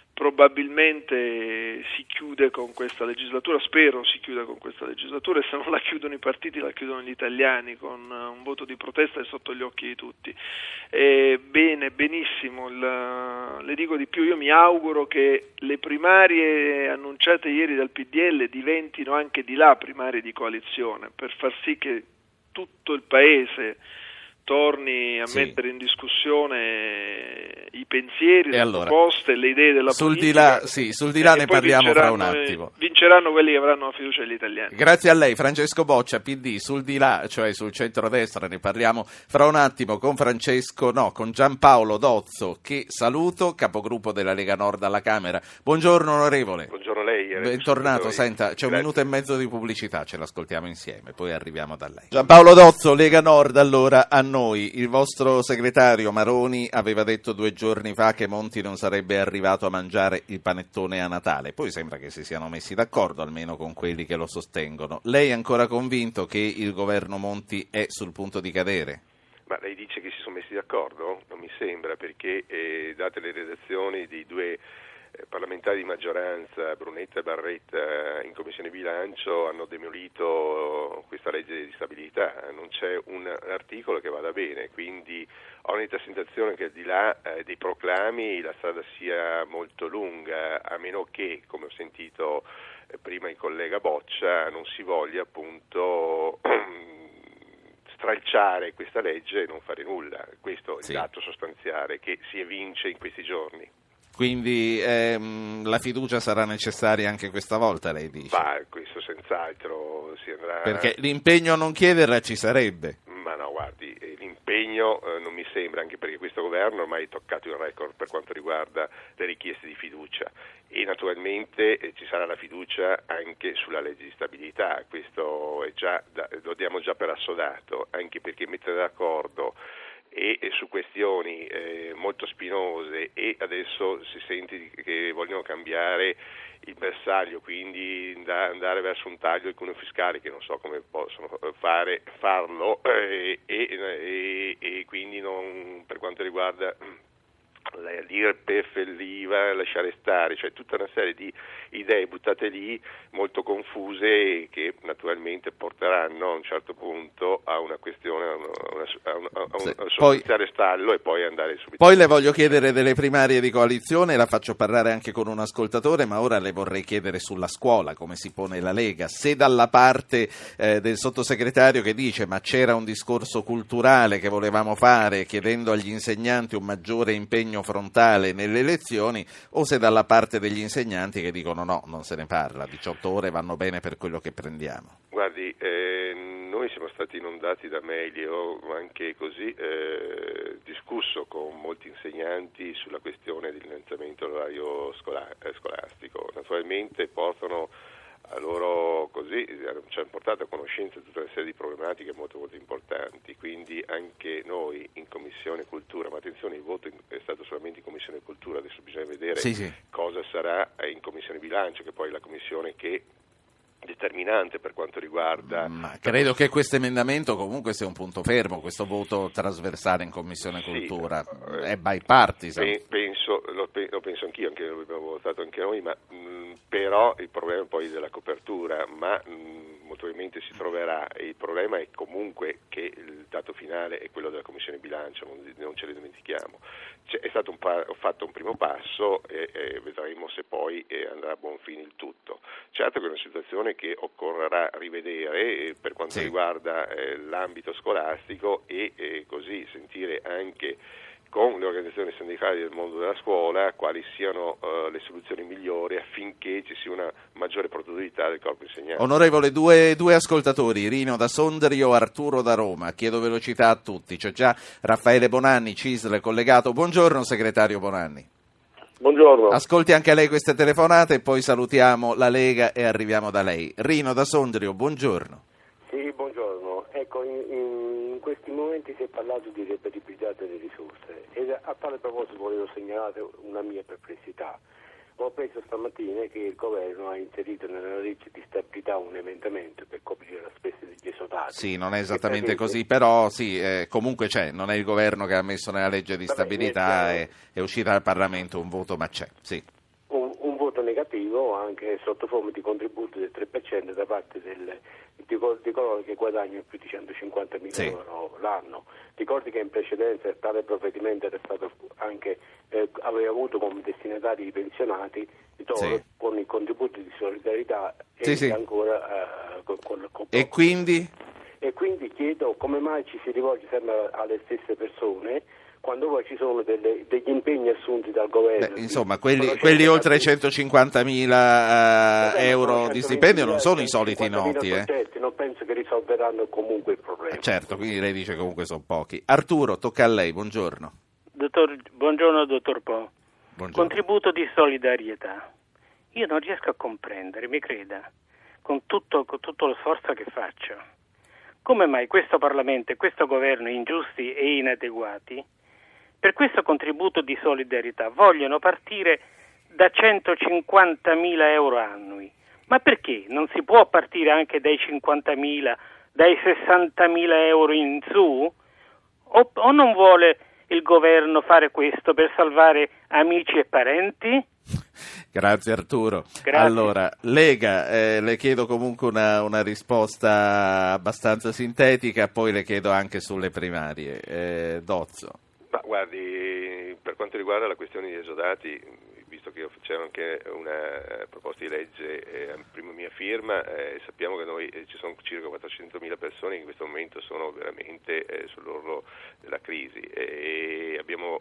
probabilmente si chiude con questa legislatura, spero si chiuda con questa legislatura, e se non la chiudono i partiti la chiudono gli italiani con un voto di protesta e sotto gli occhi di tutti. E bene, benissimo, il, le dico di più, io mi auguro che le primarie annunciate ieri dal P D L diventino anche di là primarie di coalizione, per far sì che tutto il Paese torni a sì. mettere in discussione i pensieri, le allora, proposte, le idee della sul politica. Di là, sì, sul di là ne parliamo fra un attimo. Vinceranno quelli che avranno la fiducia degli italiani. Grazie a lei, Francesco Boccia, P D. Sul di là, cioè sul centrodestra, ne parliamo fra un attimo con Francesco, no, con Giampaolo Dozzo, che saluto, capogruppo della Lega Nord alla Camera. Buongiorno onorevole. Buongiorno a lei. Bentornato, senta, c'è Grazie. un minuto e mezzo di pubblicità, ce l'ascoltiamo insieme, poi arriviamo da lei. Giampaolo Dozzo, Lega Nord, allora a noi. Il vostro segretario Maroni aveva detto due giorni fa che Monti non sarebbe arrivato a mangiare il panettone a Natale, poi sembra che si siano messi d'accordo, almeno con quelli che lo sostengono. Lei è ancora convinto che il governo Monti è sul punto di cadere? Ma lei dice che si sono messi d'accordo? Non mi sembra, perché eh, date le redazioni di due eh, parlamentari di maggioranza, Brunetta e Barretta, in Commissione Bilancio hanno demolito questa legge di stabilità, non c'è un articolo che vada bene, quindi ho un'etta sensazione che al di là eh, dei proclami la strada sia molto lunga, a meno che, come ho sentito eh, prima il collega Boccia, non si voglia appunto stralciare questa legge e non fare nulla. Questo è sì. il dato sostanziale che si evince in questi giorni. Quindi ehm, la fiducia sarà necessaria anche questa volta, lei dice? Ma questo senz'altro si andrà... Perché l'impegno a non chiederla ci sarebbe. Ma no, guardi, l'impegno eh, non mi sembra, anche perché questo governo ormai ha toccato il record per quanto riguarda le richieste di fiducia, e naturalmente eh, ci sarà la fiducia anche sulla legge di stabilità, questo è già da, lo diamo già per assodato, anche perché mettere d'accordo e, e su questioni eh, molto spinose, e adesso si sente che vogliono cambiare il bersaglio, quindi andare verso un taglio del cuneo fiscale, che non so come possono fare, farlo e, e, e, e quindi non, per quanto riguarda l'I R P F, l'I V A, lasciare stare, cioè tutta una serie di idee buttate lì molto confuse, che naturalmente porteranno a un certo punto a una questione, a, una, a, una, a un sì, sostanziale stallo, e poi andare subito. Poi le voglio chiedere delle primarie di coalizione, la faccio parlare anche con un ascoltatore, ma ora le vorrei chiedere sulla scuola, come si pone la Lega. Se dalla parte eh, del sottosegretario che dice ma c'era un discorso culturale che volevamo fare chiedendo agli insegnanti un maggiore impegno frontale nelle elezioni, o se dalla parte degli insegnanti che dicono no, non se ne parla, diciotto ore vanno bene per quello che prendiamo. Guardi, eh, noi noi siamo stati inondati da mail, io ho anche così eh, discusso con molti insegnanti sulla questione dell'innalzamento dell'orario scola- eh, scolastico. Naturalmente portano a loro così, ci hanno portato a conoscenza di tutta una serie di problematiche molto molto importanti, quindi anche noi in Commissione Cultura, ma attenzione, il voto è stato solamente in Commissione Cultura, adesso bisogna vedere sì, sì. cosa sarà in Commissione Bilancio, che poi è la commissione che determinante per quanto riguarda. Ma credo che questo emendamento comunque sia un punto fermo, questo voto trasversale in Commissione Cultura sì, è bipartisan. Penso, lo, lo penso anch'io, anche noi abbiamo votato anche noi, ma mh, però il problema è poi della copertura, ma mh, molto probabilmente si troverà. Il problema è comunque che il dato finale è quello della Commissione Bilancio, non, non ce ne dimentichiamo. C'è, è stato un pa- fatto un primo passo e, e vedremo se poi eh, andrà a buon fine il tutto. Certo che è una situazione che occorrerà rivedere eh, per quanto sì. riguarda eh, l'ambito scolastico e eh, così sentire anche con le organizzazioni sindacali del mondo della scuola quali siano uh, le soluzioni migliori affinché ci sia una maggiore produttività del corpo insegnante. Onorevole, due, due ascoltatori, Rino da Sondrio, Arturo da Roma, chiedo velocità a tutti, c'è già Raffaele Bonanni, C I S L collegato. Buongiorno segretario Bonanni. Buongiorno. Ascolti anche lei queste telefonate e poi salutiamo la Lega e arriviamo da lei. Rino da Sondrio, buongiorno. Sì, buongiorno. Ecco, in, in questi momenti si è parlato di reperibilità delle risorse e a tale proposito volevo segnalare una mia perplessità. Ho preso stamattina che il governo ha inserito nella legge di stabilità un emendamento per coprire la spesa degli esodati. Sì, non è esattamente così, però sì, eh, comunque c'è, non è il governo che ha messo nella legge di stabilità, è, è uscita dal Parlamento un voto, ma c'è, sì. Un, un voto negativo anche sotto forma di contributo del tre per cento da parte del, di, di coloro che guadagnano più di centocinquantamila sì. euro l'anno. Ricordi che in precedenza tale provvedimento era stato anche eh, aveva avuto come destinatari i pensionati sì. con il contributo di solidarietà e sì, sì. ancora eh, con, con, con, e quindi? E quindi chiedo come mai ci si rivolge sempre alle stesse persone quando poi ci sono delle, degli impegni assunti dal governo. Beh, insomma, quelli, quelli oltre centocinquantamila eh, euro di stipendio non sono i soliti noti. Eh. Non penso che risolveranno comunque il problema. Certo, quindi lei dice comunque sono pochi. Arturo, tocca a lei, buongiorno. Dottor, buongiorno, dottor Po. Buongiorno. Contributo di solidarietà. Io non riesco a comprendere, mi creda, con tutto, con tutto lo sforzo che faccio, come mai questo Parlamento e questo governo ingiusti e inadeguati per questo contributo di solidarietà vogliono partire da centocinquantamila euro annui. Ma perché non si può partire anche dai cinquantamila, dai sessantamila euro in su? O, o non vuole il governo fare questo per salvare amici e parenti? Grazie Arturo. Grazie. Allora, Lega, eh, le chiedo comunque una, una risposta abbastanza sintetica, poi le chiedo anche sulle primarie. Eh, Dozzo. Ma guardi, per quanto riguarda la questione degli esodati, visto che c'è anche una proposta di legge eh, a prima mia firma, eh, sappiamo che noi eh, ci sono circa quattrocentomila persone che in questo momento sono veramente eh, sull'orlo della crisi e abbiamo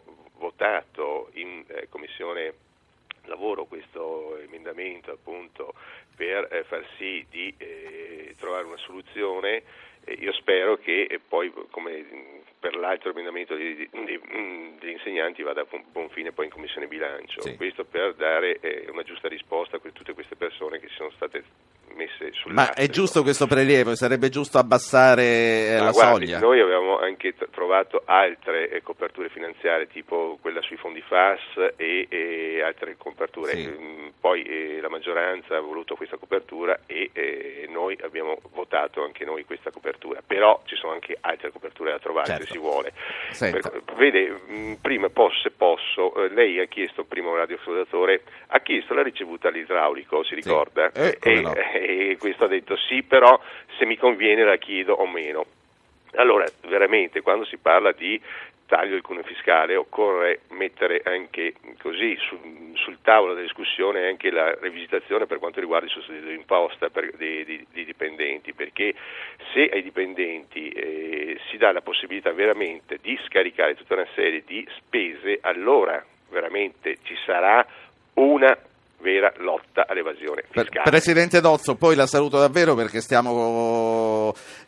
votato in eh, Commissione Lavoro questo emendamento appunto per eh, far sì di eh, trovare una soluzione. Eh, io spero che eh, poi come per l'altro emendamento degli, degli, degli insegnanti vada a buon fine poi in Commissione Bilancio, sì. Questo per dare eh, una giusta risposta a tutte queste persone che si sono state messe sul Ma è giusto questo prelievo? Sarebbe giusto abbassare eh, ah, la guardi, soglia? Noi avevamo anche t- trovato altre eh, coperture finanziarie, tipo quella sui fondi F A S e, e altre coperture. Sì. Mm, poi eh, la maggioranza ha voluto questa copertura e eh, noi abbiamo votato anche noi questa copertura. Però ci sono anche altre coperture da trovare, certo. Se si vuole. Per, vede, mh, prima posso, se posso, eh, lei ha chiesto, prima un radioascoltatore, ha chiesto la ricevuta all'idraulico, si ricorda? Sì. Eh, e, no. e questo ha detto sì, però se mi conviene la chiedo o meno. Allora, veramente, quando si parla di taglio del cuneo fiscale occorre mettere anche così su, sul tavolo della discussione anche la rivisitazione per quanto riguarda il sostituto d'imposta per, di, di, di dipendenti, perché se ai dipendenti eh, si dà la possibilità veramente di scaricare tutta una serie di spese, allora veramente ci sarà una vera lotta all'evasione fiscale. Presidente Dozzo, poi la saluto davvero perché stiamo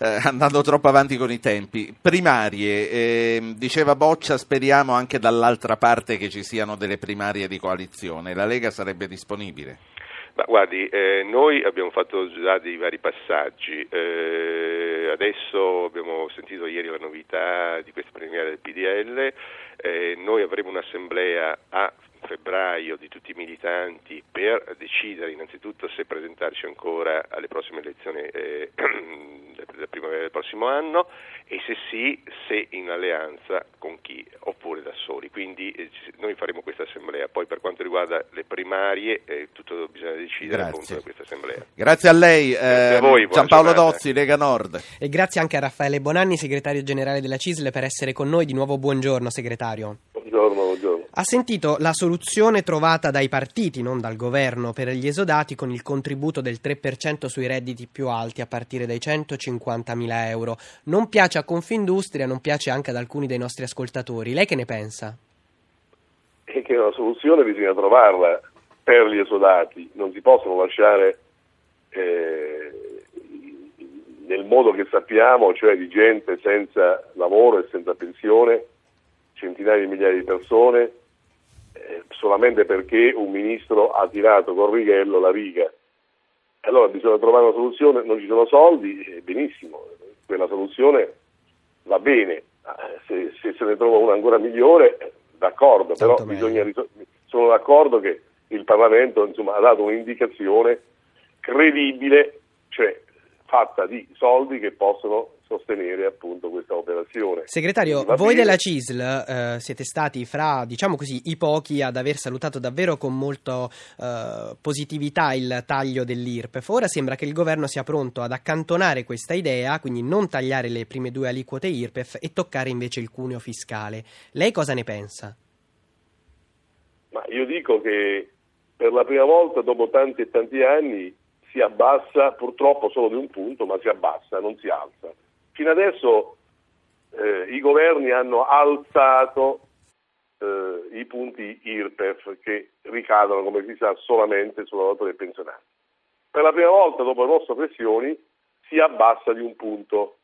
eh, andando troppo avanti con i tempi. Primarie, eh, diceva Boccia, speriamo anche dall'altra parte che ci siano delle primarie di coalizione. La Lega sarebbe disponibile? Ma guardi, eh, noi abbiamo fatto già dei vari passaggi, eh, adesso abbiamo sentito ieri la novità di questa primaria del P D L, eh, noi avremo un'assemblea a febbraio di tutti i militanti per decidere innanzitutto se presentarci ancora alle prossime elezioni eh, della primavera del prossimo anno e se sì, se in alleanza con chi oppure da soli. Quindi eh, noi faremo questa assemblea. Poi per quanto riguarda le primarie eh, tutto bisogna decidere grazie. appunto da questa assemblea. Grazie a lei, grazie a voi, Giampaolo giornata. Dozzi, Lega Nord. E grazie anche a Raffaele Bonanni, segretario generale della C I S L, per essere con noi. Di nuovo buongiorno segretario. Buongiorno, buongiorno. Ha sentito la soluzione trovata dai partiti, non dal governo, per gli esodati con il contributo del tre per cento sui redditi più alti a partire dai centocinquantamila euro. Non piace a Confindustria, non piace anche ad alcuni dei nostri ascoltatori. Lei che ne pensa? È che una soluzione bisogna trovarla per gli esodati, non si possono lasciare eh, nel modo che sappiamo, cioè di gente senza lavoro e senza pensione, centinaia di migliaia di persone, eh, solamente perché un ministro ha tirato col righello la riga. Allora bisogna trovare una soluzione, non ci sono soldi, eh, benissimo, quella soluzione va bene, se, se se ne trova una ancora migliore, eh, d'accordo, però bisogna risol- sono d'accordo che il Parlamento insomma ha dato un'indicazione credibile, cioè fatta di soldi che possono sostenere appunto questa operazione. Segretario, voi bene. Della C I S L eh, siete stati fra, diciamo così, i pochi ad aver salutato davvero con molta eh, positività il taglio dell'I R P E F. Ora sembra che il governo sia pronto ad accantonare questa idea, quindi non tagliare le prime due aliquote I R P E F e toccare invece il cuneo fiscale. Lei cosa ne pensa? Ma io dico che per la prima volta dopo tanti e tanti anni si abbassa, purtroppo solo di un punto, ma si abbassa, non si alza. Fino adesso eh, i governi hanno alzato eh, i punti I R P E F che ricadono, come si sa, solamente sulla lavoratori e pensionati. Per la prima volta, dopo le nostre pressioni, si abbassa di un punto.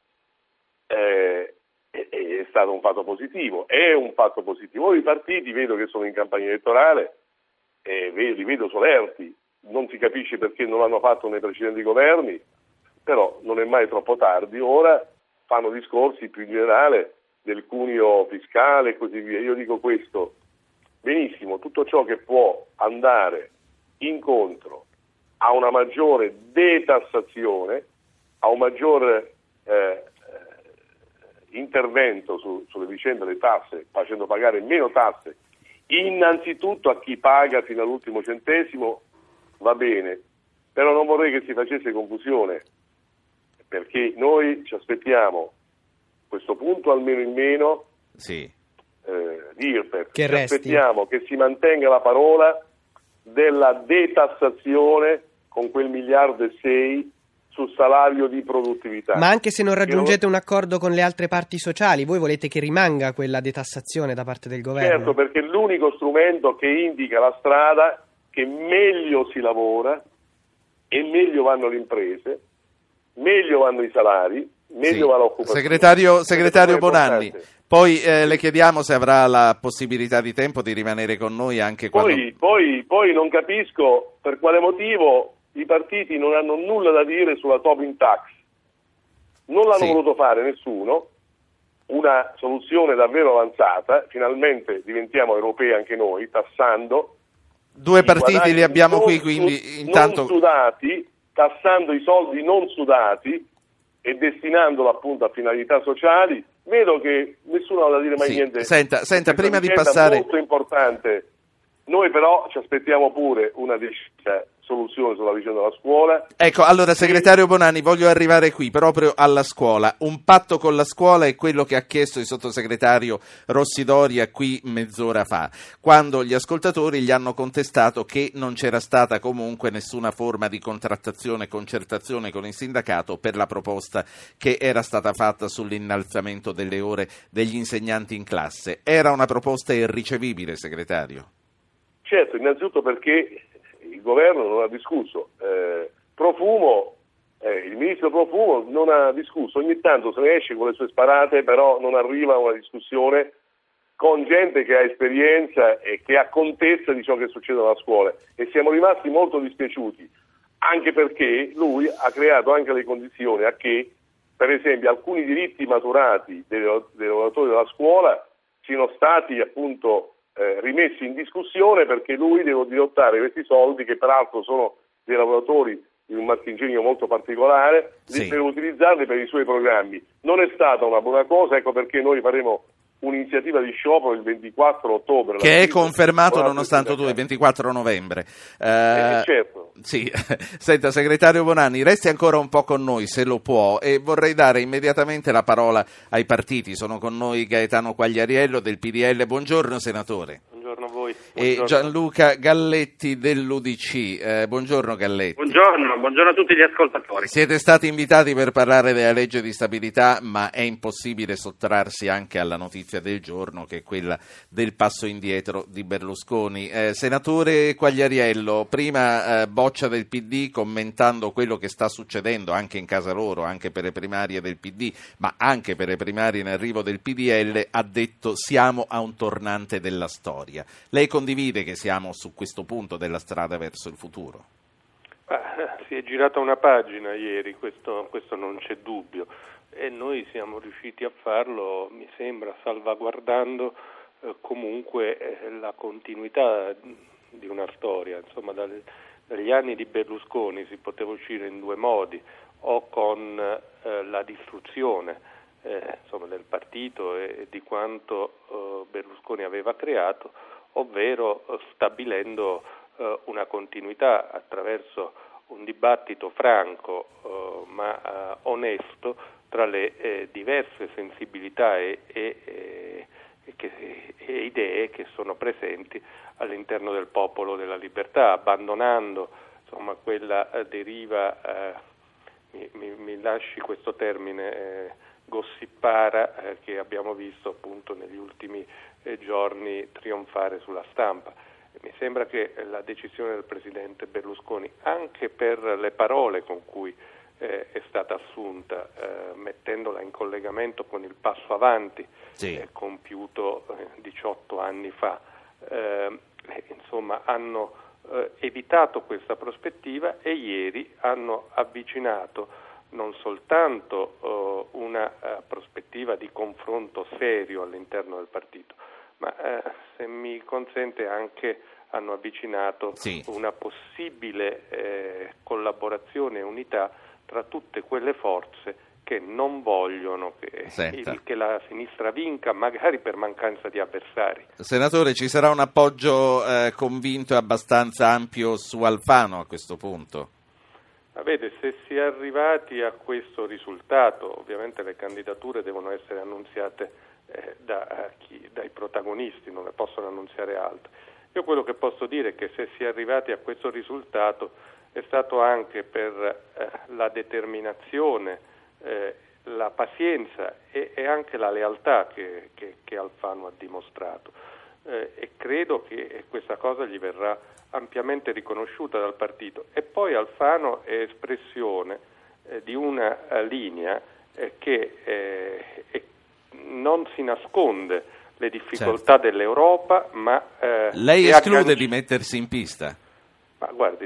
Eh, è, è stato un fatto positivo, è un fatto positivo. Ora i partiti vedo che sono in campagna elettorale, eh, li vedo solerti, non si capisce perché non l'hanno fatto nei precedenti governi, però non è mai troppo tardi. Ora fanno discorsi più in generale del cuneo fiscale e così via. Io dico questo, benissimo, tutto ciò che può andare incontro a una maggiore detassazione, a un maggiore eh, intervento su, sulle vicende delle tasse, facendo pagare meno tasse innanzitutto a chi paga fino all'ultimo centesimo, va bene, però non vorrei che si facesse confusione, perché noi ci aspettiamo questo punto almeno in meno sì. eh, di I R P E F, che ci resti. Aspettiamo che si mantenga la parola della detassazione con quel miliardo e sei sul salario di produttività. Ma anche se non raggiungete non... un accordo con le altre parti sociali, voi volete che rimanga quella detassazione da parte del governo? Certo, perché è l'unico strumento che indica la strada che meglio si lavora e meglio vanno le imprese, meglio vanno i salari, meglio sì. va l'occupazione. Segretario, segretario Bonanni, poi eh, le chiediamo se avrà la possibilità di tempo di rimanere con noi anche quando... Poi, poi, poi non capisco per quale motivo i partiti non hanno nulla da dire sulla Tobin Tax. Non l'hanno sì. voluto fare nessuno, una soluzione davvero avanzata, finalmente diventiamo europei anche noi, tassando... Due partiti li abbiamo qui, quindi su, intanto... Non sudati, tassando i soldi non sudati e destinandolo appunto a finalità sociali. Vedo che nessuno ha da dire mai sì. niente. Senta, senta prima di vicenda passare... molto importante. Noi però ci aspettiamo pure una decisa soluzione sulla vicenda della scuola. Ecco, allora segretario Bonanni, voglio arrivare qui proprio alla scuola. Un patto con la scuola è quello che ha chiesto il sottosegretario Rossidoria qui mezz'ora fa, quando gli ascoltatori gli hanno contestato che non c'era stata comunque nessuna forma di contrattazione e concertazione con il sindacato per la proposta che era stata fatta sull'innalzamento delle ore degli insegnanti in classe. Era una proposta irricevibile, segretario? Certo, innanzitutto perché il governo non ha discusso. Eh, Profumo Eh, il ministro Profumo non ha discusso, ogni tanto se ne esce con le sue sparate, però non arriva a una discussione con gente che ha esperienza e che ha contezza di ciò che succede alla scuola, e siamo rimasti molto dispiaciuti, anche perché lui ha creato anche le condizioni a che, per esempio, alcuni diritti maturati dei, dei lavoratori della scuola siano stati appunto eh, rimessi in discussione, perché lui deve dirottare questi soldi, che peraltro sono dei lavoratori in un marchingegno molto particolare, sì, per utilizzarli per i suoi programmi. Non è stata una buona cosa, ecco perché noi faremo un'iniziativa di sciopero il ventiquattro ottobre. Che è confermato nonostante tu il ventiquattro novembre. Eh, eh, certo. Sì. Senta, segretario Bonanni, resti ancora un po' con noi se lo può, e vorrei dare immediatamente la parola ai partiti. Sono con noi Gaetano Quagliariello del P D L. Buongiorno senatore. Buongiorno a voi. Buongiorno. E Gianluca Galletti dell'U D C. Eh, buongiorno Galletti. Buongiorno, buongiorno a tutti gli ascoltatori. Siete stati invitati per parlare della legge di stabilità, ma è impossibile sottrarsi anche alla notizia del giorno, che è quella del passo indietro di Berlusconi. Eh, senatore Quagliariello, prima eh, boccia del P D commentando quello che sta succedendo anche in casa loro, anche per le primarie del P D, ma anche per le primarie in arrivo del P D L, ha detto siamo a un tornante della storia. Lei condivide che siamo su questo punto della strada verso il futuro? Ah, si è girata una pagina ieri, questo, questo non c'è dubbio, e noi siamo riusciti a farlo, mi sembra, salvaguardando eh, comunque eh, la continuità di una storia. Insomma, dal, dagli anni di Berlusconi si poteva uscire in due modi, o con eh, la distruzione eh, insomma, del partito e, e di quanto eh, Berlusconi aveva creato, ovvero eh, stabilendo eh, una continuità attraverso un dibattito franco eh, ma eh, onesto tra le eh, diverse sensibilità e, e, e, che, e idee che sono presenti all'interno del popolo della libertà, abbandonando insomma quella eh, deriva, eh, mi, mi, mi lasci questo termine, eh, gossipara eh, che abbiamo visto appunto negli ultimi eh, giorni trionfare sulla stampa. Mi sembra che la decisione del presidente Berlusconi, anche per le parole con cui eh, è stata assunta, eh, mettendola in collegamento con il passo avanti sì. eh, compiuto eh, diciotto anni fa, eh, insomma hanno eh, evitato questa prospettiva, e ieri hanno avvicinato non soltanto uh, una uh, prospettiva di confronto serio all'interno del partito, ma uh, se mi consente anche hanno avvicinato sì. una possibile eh, collaborazione e unità tra tutte quelle forze che non vogliono che, il, che la sinistra vinca, magari per mancanza di avversari. Senatore, ci sarà un appoggio eh, convinto e abbastanza ampio su Alfano a questo punto? Ma vede, se si è arrivati a questo risultato, ovviamente le candidature devono essere annunziate eh, da, chi, dai protagonisti, non le possono annunziare altri. Io quello che posso dire è che se si è arrivati a questo risultato è stato anche per eh, la determinazione, eh, la pazienza e, e anche la lealtà che, che, che Alfano ha dimostrato. Eh, e credo che questa cosa gli verrà ampiamente riconosciuta dal partito. E poi Alfano è espressione eh, di una uh, linea eh, che eh, eh, non si nasconde le difficoltà certo. dell'Europa, ma eh, lei esclude can... di mettersi in pista? Ma guardi,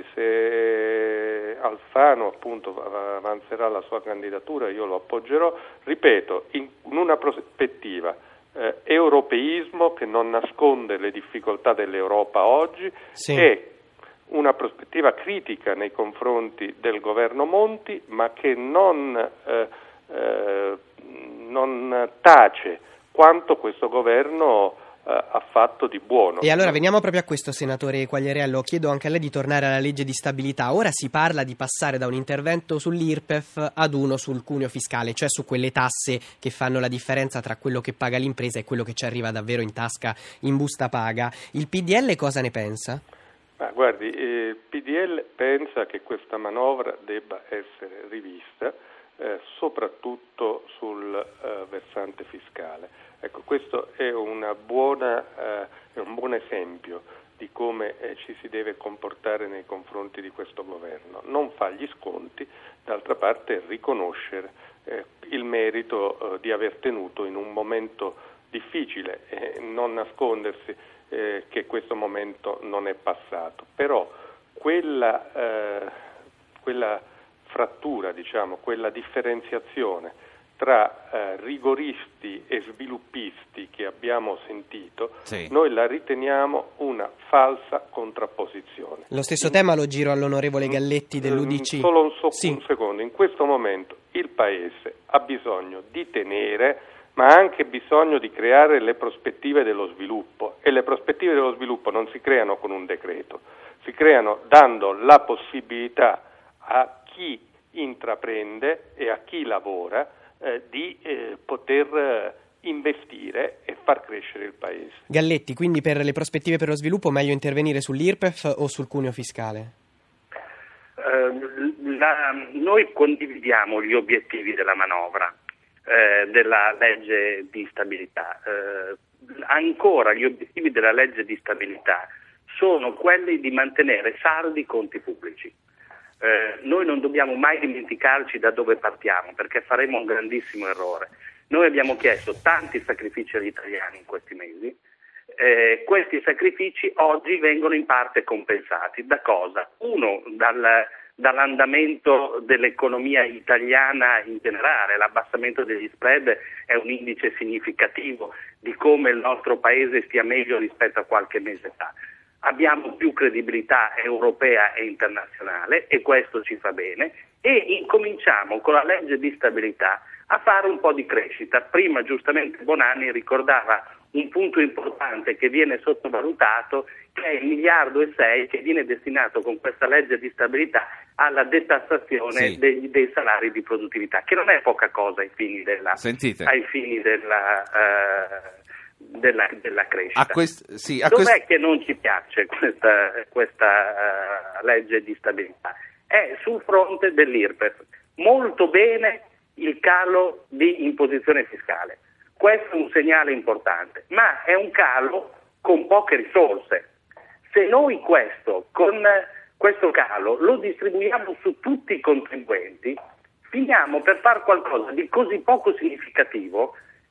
se Alfano appunto avanzerà la sua candidatura, io lo appoggerò, ripeto, in, in una prospettiva eh, europeismo che non nasconde le difficoltà dell'Europa oggi, sì. e una prospettiva critica nei confronti del governo Monti, ma che non, eh, eh, non tace quanto questo governo eh, ha fatto di buono. E allora veniamo proprio a questo, senatore Quagliariello. Chiedo anche a lei di tornare alla legge di stabilità. Ora si parla di passare da un intervento sull'I R P E F ad uno sul cuneo fiscale, cioè su quelle tasse che fanno la differenza tra quello che paga l'impresa e quello che ci arriva davvero in tasca in busta paga. Il P D L cosa ne pensa? Ma guardi, il P D L pensa che questa manovra debba essere rivista, eh, soprattutto sul eh, versante fiscale. Ecco, questo è, una buona, eh, è un buon esempio di come eh, ci si deve comportare nei confronti di questo governo. Non fa gli sconti, d'altra parte riconoscere eh, il merito eh, di aver tenuto in un momento difficile e non nascondersi eh, che questo momento non è passato. Però quella, eh, quella frattura, diciamo, quella differenziazione tra eh, rigoristi e sviluppisti che abbiamo sentito, sì. Noi la riteniamo una falsa contrapposizione. Lo stesso in... tema lo giro all'onorevole Galletti dell'U D C. Solo un, so- sì. un secondo, in questo momento il Paese ha bisogno di tenere, ma ha anche bisogno di creare le prospettive dello sviluppo, e le prospettive dello sviluppo non si creano con un decreto, si creano dando la possibilità a chi intraprende e a chi lavora Eh, di eh, poter eh, investire e far crescere il Paese. Galletti, quindi per le prospettive per lo sviluppo meglio intervenire sull'I R P E F o sul cuneo fiscale? Eh, la, noi condividiamo gli obiettivi della manovra, eh, della legge di stabilità. Eh, ancora gli obiettivi della legge di stabilità sono quelli di mantenere saldi i conti pubblici. Eh, noi non dobbiamo mai dimenticarci da dove partiamo, perché faremo un grandissimo errore. Noi abbiamo chiesto tanti sacrifici agli italiani in questi mesi, eh, questi sacrifici oggi vengono in parte compensati. Da cosa? Uno, dal, dall'andamento dell'economia italiana in generale. L'abbassamento degli spread è un indice significativo di come il nostro Paese stia meglio rispetto a qualche mese fa. Abbiamo più credibilità europea e internazionale e questo ci fa bene, e incominciamo con la legge di stabilità a fare un po' di crescita. Prima giustamente Bonanni ricordava un punto importante che viene sottovalutato, che è il miliardo e sei che viene destinato con questa legge di stabilità alla detassazione sì. dei, dei salari di produttività, che non è poca cosa ai fini della, ai fini della uh, Della, della crescita. A quest- sì, a Dov'è quest- che non ci piace questa, questa uh, legge di stabilità? È sul fronte dell'I R P E F. Molto bene il calo di imposizione fiscale. Questo è un segnale importante, ma è un calo con poche risorse. Se noi questo, con questo calo, lo distribuiamo su tutti i contribuenti, finiamo per fare qualcosa di così poco significativo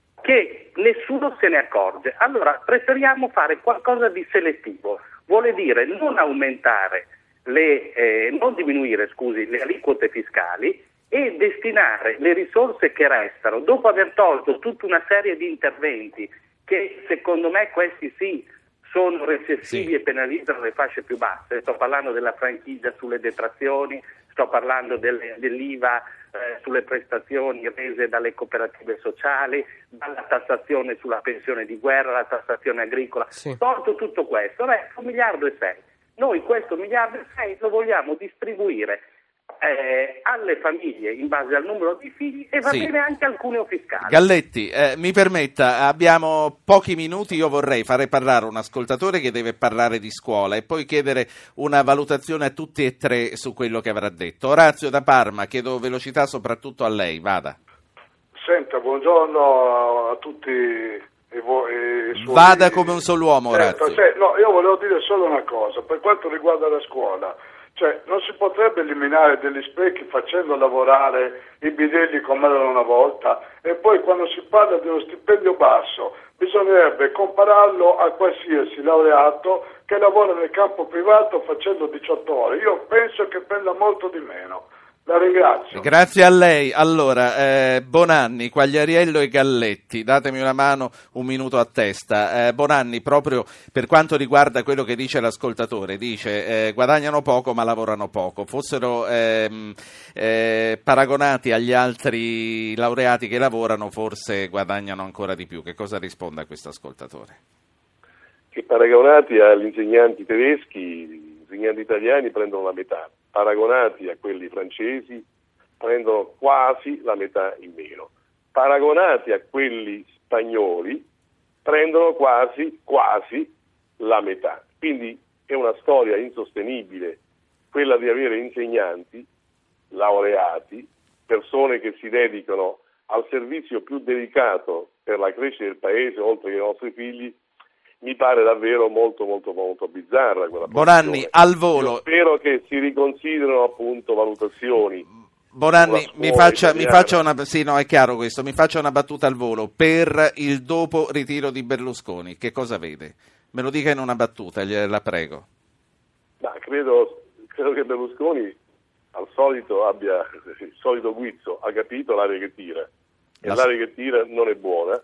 che nessuno se ne accorge. Allora preferiamo fare qualcosa di selettivo, vuole dire non aumentare le, eh, non diminuire, scusi, le aliquote fiscali e destinare le risorse che restano, dopo aver tolto tutta una serie di interventi che secondo me questi sì sono recessivi sì. e penalizzano le fasce più basse. Sto parlando della franchigia sulle detrazioni, sto parlando delle, dell'I V A eh, sulle prestazioni rese dalle cooperative sociali, dalla tassazione sulla pensione di guerra, la tassazione agricola. Sì. Tolto tutto questo, resta un miliardo e sei. Noi questo miliardo e sei lo vogliamo distribuire Eh, alle famiglie in base al numero di figli e va sì. bene anche al cuneo fiscale. Galletti, eh, mi permetta, abbiamo pochi minuti, io vorrei fare parlare un ascoltatore che deve parlare di scuola e poi chiedere una valutazione a tutti e tre su quello che avrà detto. Orazio da Parma, chiedo velocità soprattutto a lei, vada. Senta, buongiorno a tutti e voi. E Vada come un solo uomo, Orazio. Cioè, no, io volevo dire solo una cosa, per quanto riguarda la scuola. Cioè, non si potrebbe eliminare degli sprechi facendo lavorare i bidelli come erano una volta, e poi quando si parla dello stipendio basso bisognerebbe compararlo a qualsiasi laureato che lavora nel campo privato facendo diciotto ore. Io penso che prenda molto di meno. La ringrazio. Grazie a lei. Allora, eh, Bonanni, Quagliariello e Galletti, datemi una mano, un minuto a testa. Eh, Bonanni, proprio per quanto riguarda quello che dice l'ascoltatore, dice eh, guadagnano poco ma lavorano poco. Fossero ehm, eh, paragonati agli altri laureati che lavorano, forse guadagnano ancora di più. Che cosa risponde a questo ascoltatore? Che paragonati agli insegnanti tedeschi, gli insegnanti italiani prendono la metà. Paragonati a quelli francesi prendono quasi la metà in meno, paragonati a quelli spagnoli prendono quasi quasi la metà. Quindi è una storia insostenibile quella di avere insegnanti laureati persone che si dedicano al servizio più delicato per la crescita del paese, oltre che ai nostri figli, mi pare davvero molto molto molto bizzarra quella Bonanni, al volo. Io spero che si riconsiderino appunto valutazioni. Bonanni, mi faccia, mi faccia una, sì, no, è chiaro questo, mi faccia una battuta al volo per il dopo ritiro di Berlusconi. Che cosa vede? Me lo dica in una battuta, la prego. Ma credo, credo che Berlusconi al solito abbia il solito guizzo, ha capito l'aria che tira. E la... l'aria che tira non è buona,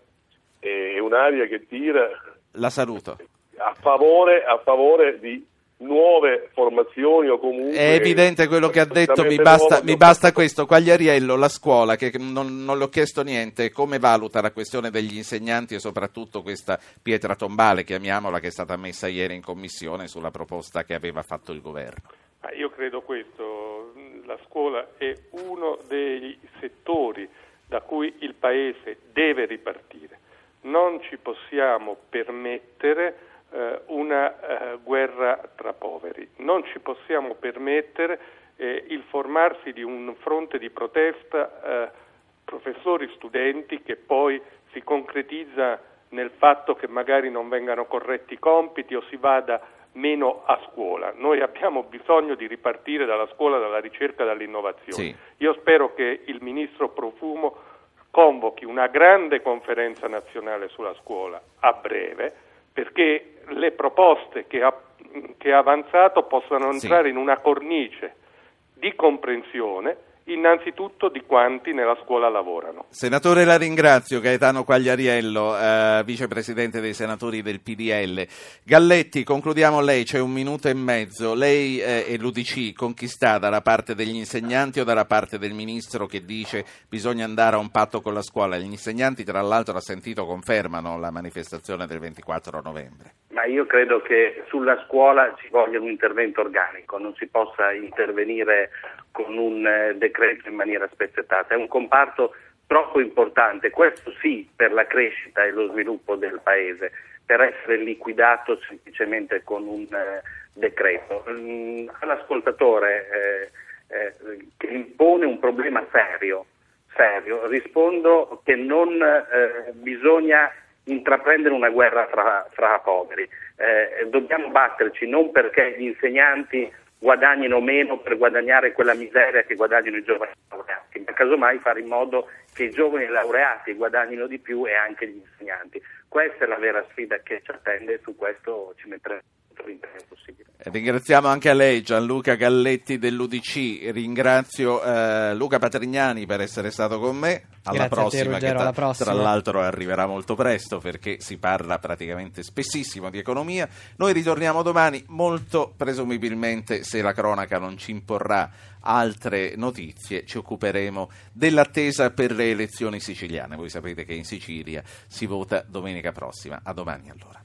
è un'aria che tira. La saluto. A favore, a favore di nuove formazioni o comunque... È evidente quello che ha detto, mi basta, mi basta questo. Quagliariello, la scuola, che non, non le ho chiesto niente, come valuta la questione degli insegnanti e soprattutto questa pietra tombale, chiamiamola, che è stata messa ieri in commissione sulla proposta che aveva fatto il governo? Io credo questo, la scuola è uno dei settori da cui il Paese deve ripartire. Non ci possiamo permettere eh, una eh, guerra tra poveri, non ci possiamo permettere eh, il formarsi di un fronte di protesta eh, professori, studenti, che poi si concretizza nel fatto che magari non vengano corretti i compiti o si vada meno a scuola. Noi abbiamo bisogno di ripartire dalla scuola, dalla ricerca, dall'innovazione. Sì. Io spero che il ministro Profumo convochi una grande conferenza nazionale sulla scuola a breve, perché le proposte che ha, che ha avanzato possano entrare sì. in una cornice di comprensione innanzitutto di quanti nella scuola lavorano. Senatore, la ringrazio. Gaetano Quagliariello, eh, vicepresidente dei senatori del P D L. Galletti, concludiamo lei, c'è un minuto e mezzo. Lei eh, e l'U D C conquista dalla parte degli insegnanti o dalla parte del ministro che dice bisogna andare a un patto con la scuola? Gli insegnanti, tra l'altro, ha sentito, confermano la manifestazione del ventiquattro novembre. Ma io credo che sulla scuola ci voglia un intervento organico, non si possa intervenire con un eh, decreto in maniera spezzettata. È un comparto troppo importante, questo sì, per la crescita e lo sviluppo del Paese, per essere liquidato semplicemente con un eh, decreto. Mm, all'ascoltatore eh, eh, che impone un problema serio, serio, rispondo che non eh, bisogna intraprendere una guerra fra, fra poveri. Eh, dobbiamo batterci non perché gli insegnanti guadagnino meno per guadagnare quella miseria che guadagnano i giovani laureati, ma casomai fare in modo che i giovani laureati guadagnino di più e anche gli insegnanti. Questa è la vera sfida che ci attende e su questo ci metteremo tutto l'impegno possibile. Ringraziamo anche a lei, Gianluca Galletti dell'U D C, ringrazio eh, Luca Patrignani per essere stato con me. Alla prossima, te, Ruggero, che tra, alla prossima. Tra l'altro arriverà molto presto perché si parla praticamente spessissimo di economia. Noi ritorniamo domani, molto presumibilmente, se la cronaca non ci imporrà altre notizie, ci occuperemo dell'attesa per le elezioni siciliane. Voi sapete che in Sicilia si vota domenica prossima. A domani allora.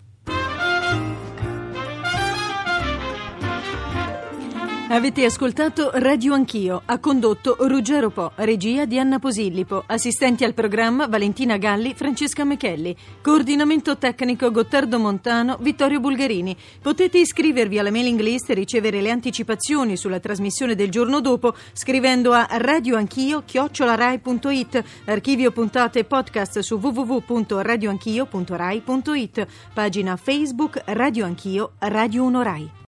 Avete ascoltato Radio Anch'io, ha condotto Ruggero Po, regia di Anna Posillipo, assistenti al programma Valentina Galli, Francesca Mechelli, coordinamento tecnico Gottardo Montano, Vittorio Bulgarini. Potete iscrivervi alla mailing list e ricevere le anticipazioni sulla trasmissione del giorno dopo scrivendo a radioanchio chiocciola rai punto it, archivio puntate e podcast su w w w punto radioanchio punto rai punto it, pagina Facebook Radio Anch'io, Radio uno Rai.